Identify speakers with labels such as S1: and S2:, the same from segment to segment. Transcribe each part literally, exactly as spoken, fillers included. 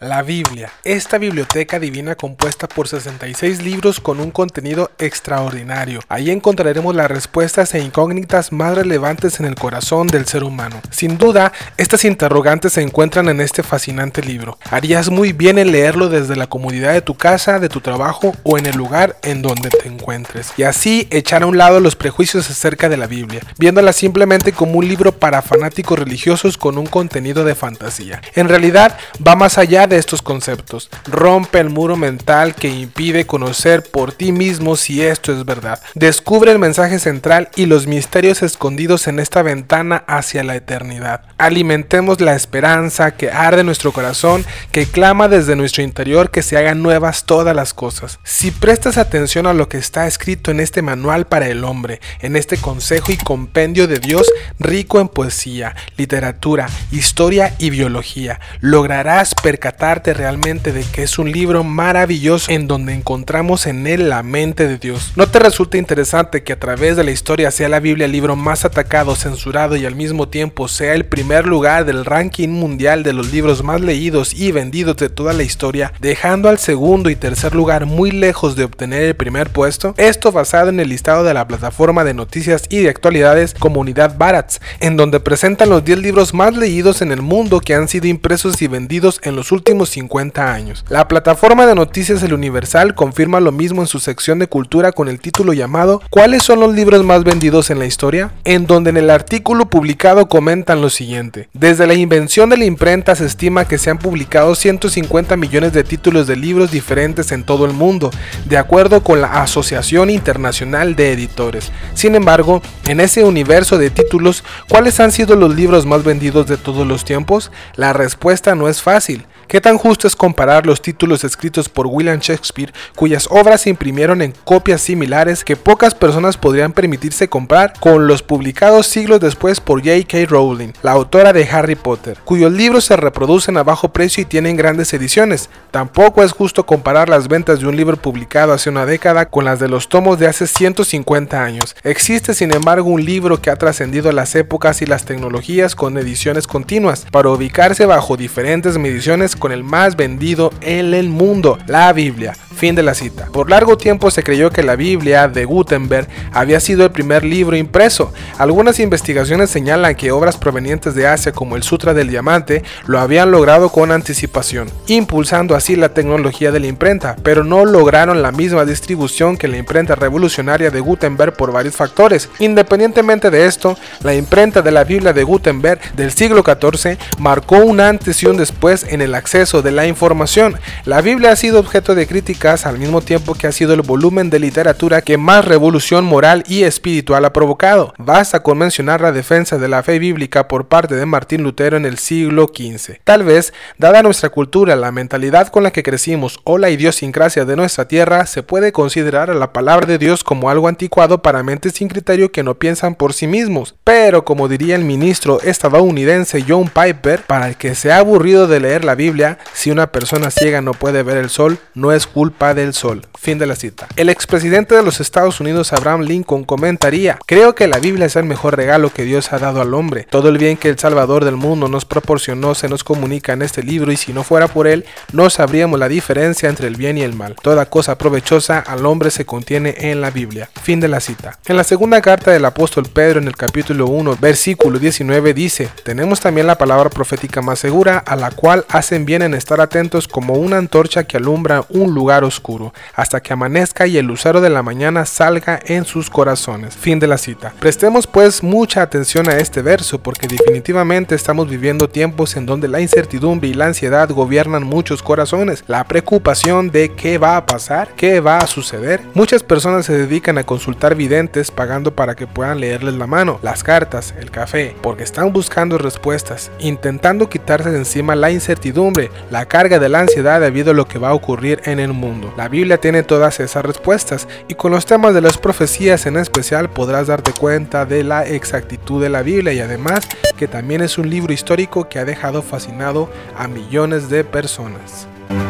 S1: La Biblia, esta biblioteca divina compuesta por sesenta y seis libros con un contenido extraordinario. Ahí encontraremos las respuestas e incógnitas más relevantes en el corazón del ser humano. Sin duda, estas interrogantes se encuentran en este fascinante libro. Harías muy bien en leerlo desde la comodidad de tu casa, de tu trabajo o en el lugar en donde te encuentres. Y así echar a un lado los prejuicios acerca de la Biblia, viéndola simplemente como un libro para fanáticos religiosos con un contenido de fantasía. En realidad, va más allá de estos conceptos. Rompe el muro mental que impide conocer por ti mismo si esto es verdad. Descubre el mensaje central y los misterios escondidos en esta ventana hacia la eternidad. Alimentemos la esperanza que arde en nuestro corazón, que clama desde nuestro interior que se hagan nuevas todas las cosas. Si prestas atención a lo que está escrito en este manual para el hombre, en este consejo y compendio de Dios rico en poesía, literatura, historia y biología, lograrás percatarte realmente de que es un libro maravilloso en donde encontramos en él la mente de Dios. ¿No te resulta interesante que a través de la historia sea la Biblia el libro más atacado, censurado y al mismo tiempo sea el primer lugar del ranking mundial de los libros más leídos y vendidos de toda la historia, dejando al segundo y tercer lugar muy lejos de obtener el primer puesto? Esto basado en el listado de la plataforma de noticias y de actualidades Comunidad Barats, en donde presentan los diez libros más leídos en el mundo que han sido impresos y vendidos en los últimos cincuenta años. La plataforma de noticias El Universal confirma lo mismo en su sección de cultura con el título llamado ¿Cuáles son los libros más vendidos en la historia?, en donde en el artículo publicado comentan lo siguiente: desde la invención de la imprenta se estima que se han publicado ciento cincuenta millones de títulos de libros diferentes en todo el mundo, de acuerdo con la Asociación Internacional de Editores. Sin embargo, en ese universo de títulos, ¿cuáles han sido los libros más vendidos de todos los tiempos? La respuesta no es fácil. ¿Qué tan justo es comparar los títulos escritos por William Shakespeare, cuyas obras se imprimieron en copias similares que pocas personas podrían permitirse comprar, con los publicados siglos después por J K Rowling, la autora de Harry Potter, cuyos libros se reproducen a bajo precio y tienen grandes ediciones? Tampoco es justo comparar las ventas de un libro publicado hace una década con las de los tomos de hace ciento cincuenta años. Existe, sin embargo, un libro que ha trascendido las épocas y las tecnologías con ediciones continuas, para ubicarse bajo diferentes mediciones con el más vendido en el mundo: la Biblia. Fin de la cita. Por largo tiempo se creyó que la Biblia de Gutenberg había sido el primer libro impreso. Algunas investigaciones señalan que obras provenientes de Asia como el Sutra del Diamante lo habían logrado con anticipación, impulsando así la tecnología de la imprenta, pero no lograron la misma distribución que la imprenta revolucionaria de Gutenberg por varios factores. Independientemente de esto, la imprenta de la Biblia de Gutenberg del siglo catorce marcó un antes y un después en el acceso de la información. La Biblia ha sido objeto de críticas al mismo tiempo que ha sido el volumen de literatura que más revolución moral y espiritual ha provocado. Basta con mencionar la defensa de la fe bíblica por parte de Martín Lutero en el siglo quince. Tal vez, dada nuestra cultura, la mentalidad con la que crecimos o la idiosincrasia de nuestra tierra, se puede considerar a la palabra de Dios como algo anticuado para mentes sin criterio que no piensan por sí mismos. Pero, como diría el ministro estadounidense John Piper, para el que se ha aburrido de leer la Biblia, si una persona ciega no puede ver el sol, no es culpa del sol. Fin de la cita. El expresidente de los Estados Unidos, Abraham Lincoln, comentaría: creo que la Biblia es el mejor regalo que Dios ha dado al hombre. Todo el bien que el Salvador del mundo nos proporcionó se nos comunica en este libro, y si no fuera por él, no sabríamos la diferencia entre el bien y el mal. Toda cosa provechosa al hombre se contiene en la Biblia. Fin de la cita. En la segunda carta del apóstol Pedro, en el capítulo uno, versículo diecinueve, dice: tenemos también la palabra profética más segura, a la cual hacen bien en estar atentos como una antorcha que alumbra un lugar oscuro, hasta que amanezca y el lucero de la mañana salga en sus corazones. Fin de la cita. Prestemos pues mucha atención a este verso, porque definitivamente estamos viviendo tiempos en donde la incertidumbre y la ansiedad gobiernan muchos corazones. La preocupación de qué va a pasar, qué va a suceder. Muchas personas se dedican a consultar videntes pagando para que puedan leerles la mano, las cartas, el café, porque están buscando respuestas, intentando quitarse de encima la incertidumbre, la carga de la ansiedad debido a lo que va a ocurrir en el mundo. La Biblia tiene todas esas respuestas, y con los temas de las profecías en especial podrás darte cuenta de la exactitud de la Biblia, y además que también es un libro histórico que ha dejado fascinado a millones de personas.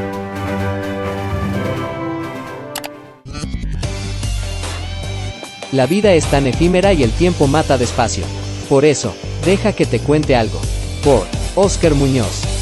S2: La vida es tan efímera y el tiempo mata despacio. Por eso, deja que te cuente algo. Por Óscar Muñoz.